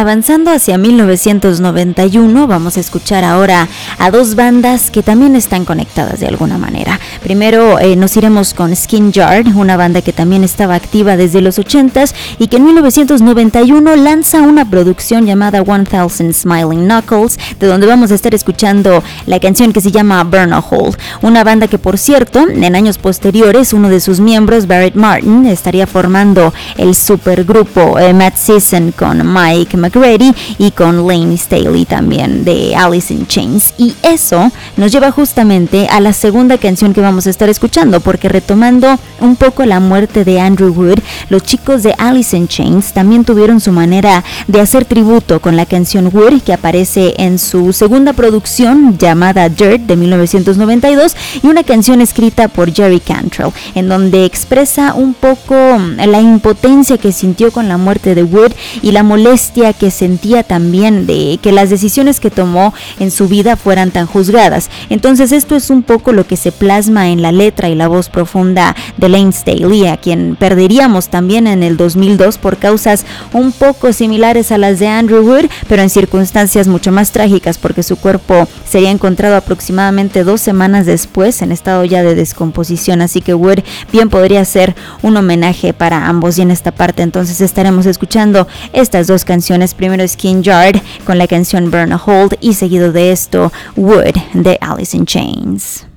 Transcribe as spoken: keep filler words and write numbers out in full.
avanzando hacia mil novecientos noventa y uno, vamos a escuchar ahora a dos bandas que también están conectadas de alguna manera. Primero eh, nos iremos con Skin Yard, una banda que también estaba activa desde los ochentas y que en mil novecientos noventa y uno lanza una producción llamada one thousand Smiling Knuckles, de donde vamos a estar escuchando la canción que se llama Burn a Hole. Una banda que, por cierto, en años posteriores, uno de sus miembros, Barrett Martin, estaría formando el supergrupo eh, Matt Sisson con Mike McGrady y con Lane Staley también de Alice in Chains. Y eso nos lleva justamente a la segunda canción que vamos a estar escuchando, porque retomando un poco la muerte de Andrew Wood, los chicos de Alice in Chains también tuvieron su manera de hacer tributo con la canción Wood, que aparece en su segunda producción llamada Dirt de mil novecientos noventa y dos, y una canción escrita por Jerry Cantrell, en donde expresa un poco la impotencia que sintió con la muerte de Wood y la molestia que sentía también de que las decisiones que tomó en su vida fueran tan juzgadas. Entonces esto es un poco lo que se plasma en la letra y la voz profunda de Lane Staley, a quien perderíamos también en el dos mil dos por causas un poco similares a las de Andrew Wood, pero en circunstancias mucho más trágicas, porque su cuerpo sería encontrado aproximadamente dos semanas después en estado ya de descomposición. Así que Wood bien podría ser un homenaje para ambos, y en esta parte entonces estaremos escuchando estas dos canciones. Primero Skin Yard con la canción Burn a Hole y seguido de esto Wood de Alice in Chains.